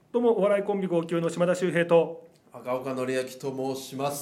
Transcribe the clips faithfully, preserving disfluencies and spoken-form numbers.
どうもお笑いコンビ号泣の島田秀平と赤岡典明と申します。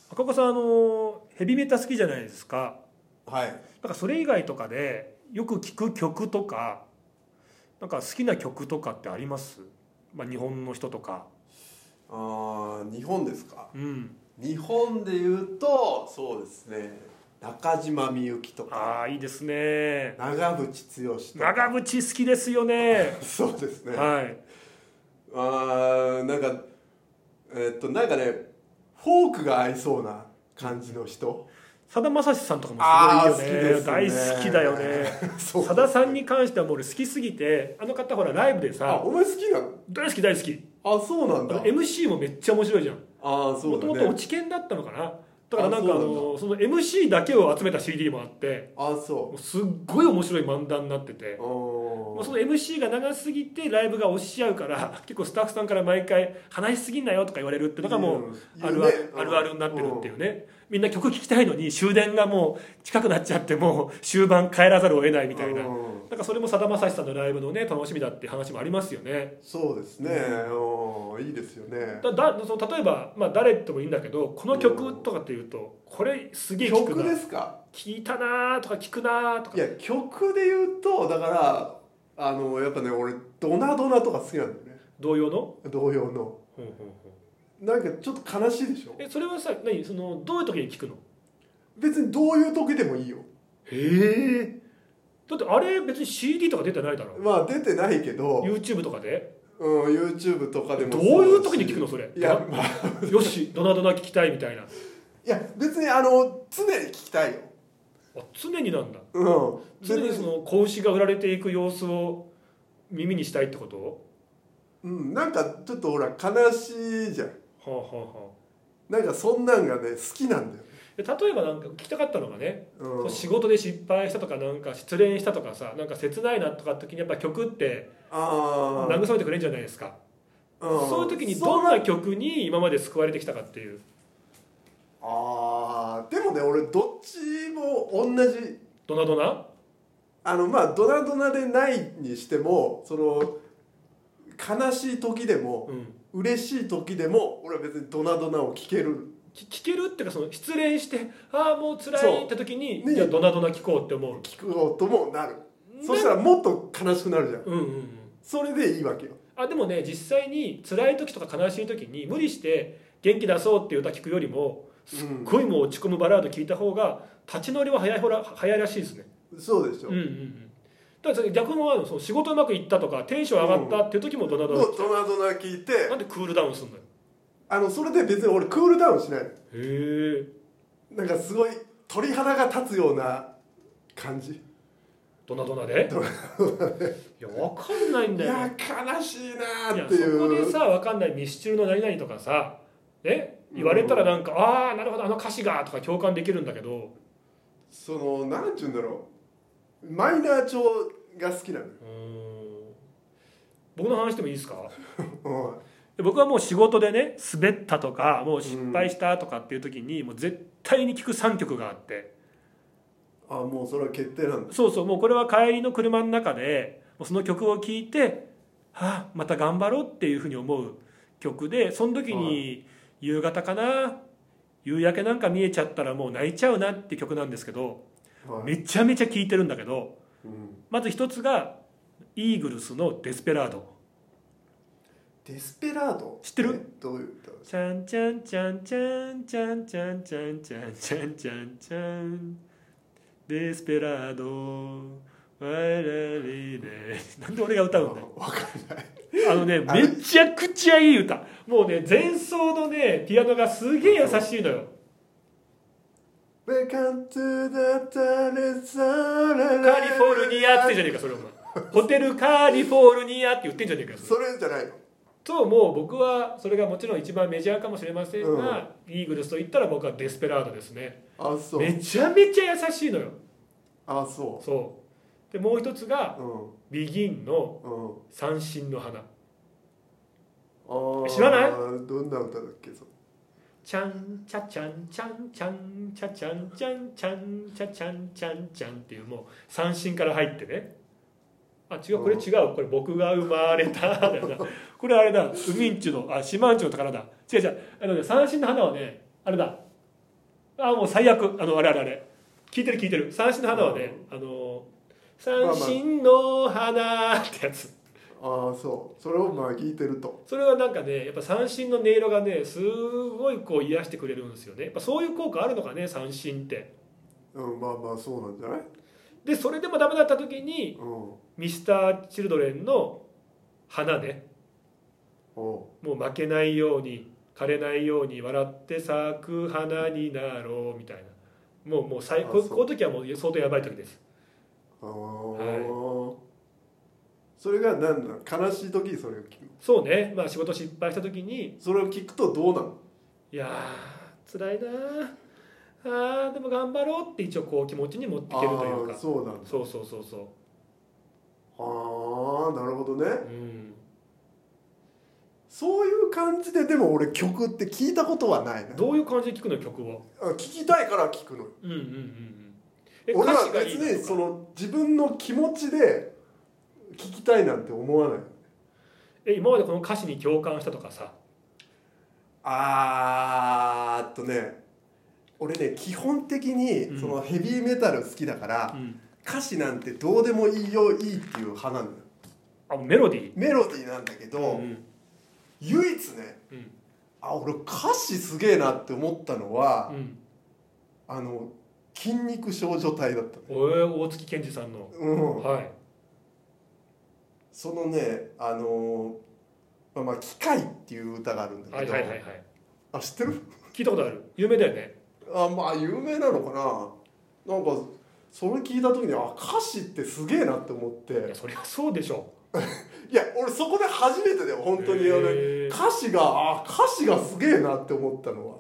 赤岡さん、あのヘビメタ好きじゃないですか。 はい。 なんかそれ以外とかでよく聴く曲とかなんか好きな曲とかってあります？まあ、日本の人とか。 ああ、日本ですか。 うん。 日本で言うとそうですね、中島みゆきとか。 ああ、いいですね。 長渕剛とか。 長渕好きですよね。 そうですね。 はい。 ああ、なんかえーっとなんかね、フォークが合いそうな感じの人。 さだまさしさんとかもすごいいいよね。 あー好きですね。 大好きだよね。 そうさださんに関してはもう俺好きすぎて、あの方ほらライブであ、 さ、 お前好きなの？ 大好き大好き。 あ、そうなんだ。 エムシー もめっちゃ面白いじゃん。 ああ、そうだね。 もともと落ち研だったのかな。だからなんかああ、そうなんだ。 のその エムシー だけを集めた シーディー もあって、 あ、 もそうすっごい面白い漫談になってて、 う。 まあその エムシー が長すぎてライブが押しちゃうから結構スタッフさんから毎回話しすぎんなよとか言われるっていうのがもうあるあるあるあるになってるっていうね。みんな曲聴きたいのに終電がもう近くなっちゃってもう終盤帰らざるを得ないみたいな。なんかそれもさだまさしさんのライブのね楽しみだっていう話もありますよね。 そうですね、うん、いいですよね。 だだその例えば、まあ、誰ともいいんだけどこの曲とかっていうとこれすげえ聴くな、 曲ですか？ 聴いたなとか聴くなとか。 いや、曲で言うとだからあのやっぱね、俺ドナドナとか好きなんだよね。 童謡の童謡のほうほうほう。 なんかちょっと悲しいでしょ。 えそれはさ何そのどういう時に聴くの？ 別にどういう時でもいいよ。 へえ。だってあれ別に シーディー とか出てないだろ。 まあ出てないけど YouTube とかで。 うん、YouTube とかでもどういう時に聞くのそれ？ いや、まあよしドナドナ聞きたいみたいな。 いや別にあの常に聞きたいよ。 あ、常になんだ。 うん、 常にその子牛が売られていく様子を耳にしたいってこと？ うん、なんかちょっとほら悲しいじゃん。 はあはあはあ。 なんかそんなんがね好きなんだよ。 例えばなんか聞きたかったのがね、 うん、 仕事で失敗したとかなんか失恋したとかさ、なんか切ないなとか時にやっぱ曲ってあ慰めてくれるんじゃないですか。 うん、 そういう時にどんな曲に今まで救われてきたかっていう。 ああ、でもね、俺どっちも同じ。 ドナドナ？ あのまあドナドナでないにしても、その悲しい時でも、うん、嬉しい時でも俺は別にドナドナを聴ける。 聴けるっていうか、その失恋してああもう辛いって時に、ね、じゃあドナドナ聴こうって思う。 聴こうともなる。そしたらもっと悲しくなるじゃん。 うんうんうん。 それでいいわけよ。 あ、でもね、実際に辛い時とか悲しい時に無理して元気出そうっていう歌聴くよりもすっごいもう落ち込むバラード聴いた方が立ち直りは早いほら早いらしいですね。 そうでしょ。 うんうんうん。だから逆のその仕事うまくいったとかテンション上がったっていう時もドナドナ、 うん、もうドナドナ聞いて、 なんでクールダウンするのよ。 あのそれで別に俺クールダウンしない。へえ。 なんかすごい鳥肌が立つような感じ。 ドナドナで？ ドナドナで。 いや分かんないんだよ。 いや悲しいなっていう。 いやそこでさ分かんないミスチルの何々とかさね言われたらなんか、うん、ああなるほどあの歌詞がとか共感できるんだけど、 そのなんて言うんだろう、マイナー調が好きなの。うん、 僕の話してもいいですか？ うん、 僕はもう仕事でね滑ったとかもう失敗したとかっていう時に、うん、もう絶対に聴くさんきょくがあって。 あ、もうそれは決定なんだ。 そうそう、もうこれは帰りの車の中でもうその曲を聴いてはあまた頑張ろうっていうふうに思う曲で、その時に夕方かな、夕焼けなんか見えちゃったらもう泣いちゃうなって曲なんですけど、はい、めちゃめちゃ聴いてるんだけど、うん、まず一つがイーグルスのデスペラード。 デスペラード知ってる？ どういう歌？ チャンチャンチャンチャンチャンチャンチャンチャンチャンチャンチャンデスペラードワイラリレなんで俺が歌うんだよ。 わかんない。 あのねめちゃくちゃいい歌。もうね前奏のねピアノがすげえ優しいのよ。 Welcome to the カリフォルニアって言ってんじゃねえかそれお前。ホテルカリフォルニアって言ってんじゃねえかそれ。それじゃないの。 ともう僕はそれがもちろん一番メジャーかもしれませんが、うん、イーグルスといったら僕はデスペラードですね。 あ、そう。 めちゃめちゃ優しいのよ。 あ、そう。 そうでもう一つが、うん、ビギンの三振の花、 うん、 知らない？ どんな歌だっけそれ。 チャンチャチャンチャンチャンチャチャンチャンチャンチャチャンチャンチャンっていうもう三振から入ってね。 あ違うこれ違うこれ僕が生まれただよなこれあれだ海んちゅのあ四万十の宝だ違う違うあのね三振の花はねあれだあもう最悪あのあれあれあれ聞いてる聞いてる三振の花はねあの三振の花ってやつ、 ああそうそれをまあ聞いてるとそれはなんかねやっぱ三振の音色がねすごいこう癒してくれるんですよねやっぱそういう効果あるのかね三振ってうんまあまあそうなんじゃないでそれでもダメだった時に、 うん、 ミスターチルドレンの花ねもう負けないように枯れないように笑って咲く花になろうみたいなもうもう最ここの時はもう相当やばい時ですああ、 はい、 それが何だ悲しい時それを聞くそうねまあ仕事失敗した時にそれを聞くとどうなのいやー辛いなあーでも頑張ろうって一応こう気持ちに持っていけるというかそうなんだそうそうそうそうああなるほどね、 うん、 そういう感じででも俺曲って聞いたことはないなどういう感じで聞くの曲は聞きたいから聞くのよ、 うんうんうんうん俺は別にその自分の気持ちで聞きたいなんて思わないえ今までこの歌詞に共感したとかさあーっとね俺ね基本的にそのヘビーメタル好きだから、うん、歌詞なんてどうでもいいよいいっていう派なんだよあメロディーメロディーなんだけど、うん、唯一ね、うん、あ俺歌詞すげえなって思ったのは、うん、あの筋肉少女隊だった、ね、 えー、大月健二さんの、 うん、 はいそのねあのまあ、まあ機械っていう歌があるんだけど、 はいはいはいはい、 あ知ってる？ 聞いたことある有名だよねあまあ有名なのかななんかそれ聞いた時にあ歌詞ってすげえなって思っていやそりゃそうでしょいや俺そこで初めてだよ本当に、ね、歌詞があ歌詞がすげえなって思ったのは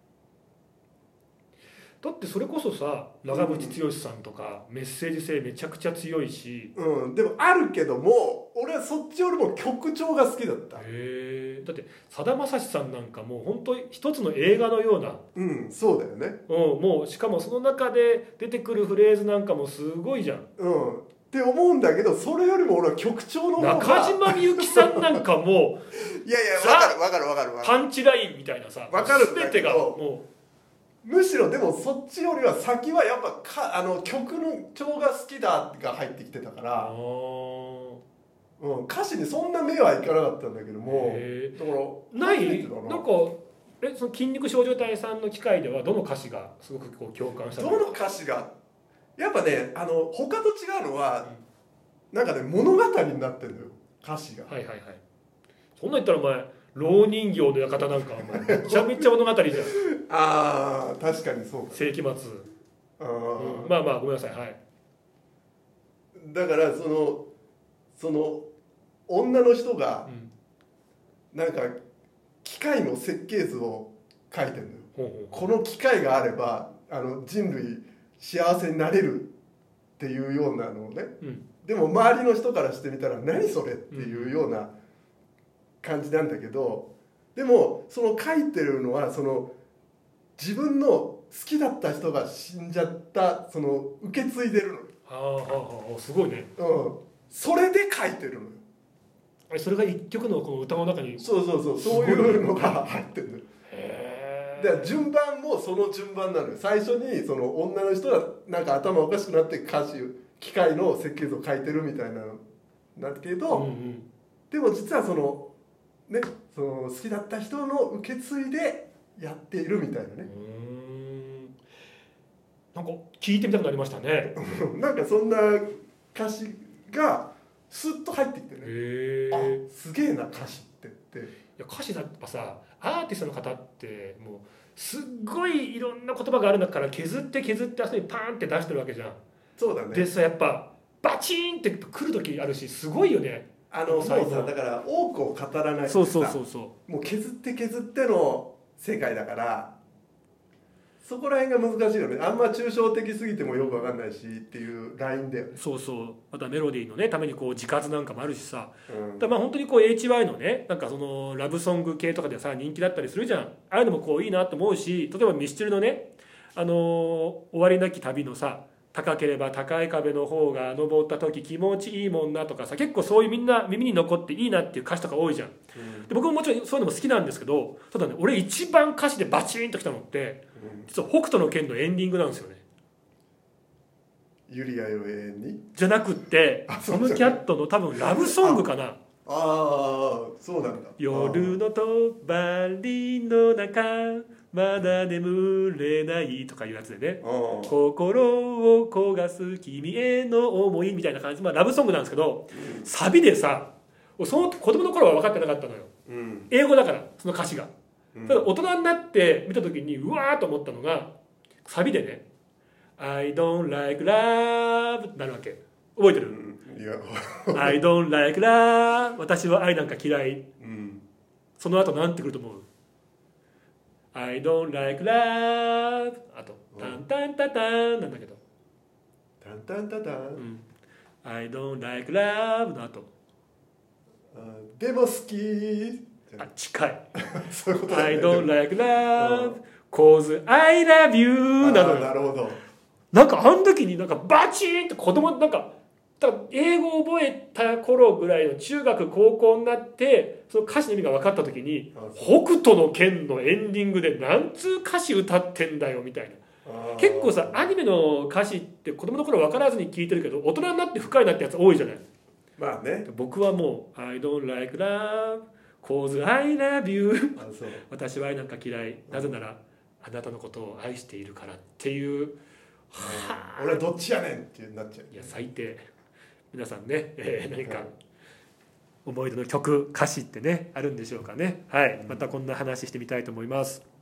だってそれこそさ長渕剛さんとかメッセージ性めちゃくちゃ強いし、 うん、でもあるけども俺はそっちよりも曲調が好きだったへえだってさだまさしさんなんかもう本当一つの映画のようなうんそうだよね、 うん、もうしかもその中で出てくるフレーズなんかもすごいじゃんうんって思うんだけどそれよりも俺は曲調の方が中島みゆきさんなんかもういやいや分かる分かる分かる分かるパンチラインみたいなさ分かるんだけど全てがもうむしろでもそっちよりは先はやっぱかあの曲の調が好きだが入ってきてたから、うん、歌詞にそんな目はいかなかったんだけどもだからないなんかえその筋肉少女隊さんの機会ではどの歌詞がすごくこう共感したの？ どの歌詞がやっぱねあの他と違うのは、うん、なんかね物語になってるのよ歌詞が。 はいはいはい。そんな言ったらお前蝋人形の館なんかめちゃめちゃ物語じゃんああ確かにそう世紀末あ、うん、まあまあごめんなさいはいだからそのその女の人が、うん、なんか機械の設計図を書いてるのよ、ほうほうこの機械があればあの人類幸せになれるっていうようなのをね、うん、でも周りの人からしてみたら何それっていうような感じなんだけど、でもその書いてるのはその自分の好きだった人が死んじゃったその受け継いでるの。 はあはあはあすごいね。 うん。それで書いてるのよ。 それが一曲のこの歌の中に。 そうそうそうそういうのが入ってるのよ。へえ。で順番もその順番なのよ。最初にその女の人がなんか頭おかしくなって歌詞機械の設計図を書いてるみたいなのだけど、うんうん、でも実はそのねその好きだった人の受け継いでやっているみたいなね。 うんなんか聞いてみたくなりましたねなんかそんな歌詞がスッと入ってきてね、 へあすげえな歌詞ってっていや歌詞だってさアーティストの方ってもうすっごいいろんな言葉がある中から削って削ってあそこにパーンって出してるわけじゃん。 そうだね。 でさやっぱバチーンってくる時あるしすごいよね。 あのもうさだから多くを語らないでさそうそうそうそうもう削って削っての世界だからそこら辺が難しいよね。あんま抽象的すぎてもよく分かんないしっていうラインだよね。 そうそうまたメロディーのねためにこう字数なんかもあるしさ、 うん、 だまあ本当にこう エイチワイ のねなんかそのラブソング系とかでさ人気だったりするじゃん。ああいうのもこういいなと思うし例えばミスチルのねあのー終わりなき旅のさ高ければ高い壁の方が登った時気持ちいいもんなとかさ、結構そういうみんな耳に残っていいなっていう歌詞とか多いじゃん、うん、で僕ももちろんそういうのも好きなんですけど、ただね俺一番歌詞でバチンときたのって実は北斗の拳のエンディングなんですよね。 ユリアよ永遠にじゃなくってトムキャットの多分ラブソングかな。 ああそうなんだ。 夜のとばりの中まだ眠れないとかいうやつでね、心を焦がす君への思いみたいな感じ、まあ、ラブソングなんですけど、うん、サビでさ、その子供の頃は分かってなかったのよ、うん、英語だからその歌詞が、うん、ただ大人になって見た時にうわーと思ったのがサビでね I don't like love ってなるわけ覚えてる、うん、いやI don't like love 私は愛なんか嫌い、うん、その後なんてくると思うI don't like love あとタンタンタタンなんだけどタンタンタタン、うん、 I don't like love の後でも好きあ近いそういうことだね I don't like love cause I love you なのよ。 なるほど。 なんかあの時になんかバチーンと子供なんか英語を覚えた頃ぐらいの中学高校になってその歌詞の意味が分かった時に北斗の拳のエンディングでなんつう歌詞歌ってんだよみたいな。結構さアニメの歌詞って子供の頃分からずに聞いてるけど大人になって深いなってやつ多いじゃない。 まあね。 僕はもう I don't like love cause I love you 私は愛なんか嫌いなぜならあなたのことを愛しているからっていう、 はあ、俺はどっちやねんってなっちゃう。 いや最低。皆さんね、えー、何か思い出の曲歌詞ってねあるんでしょうかね。はい、またこんな話してみたいと思います。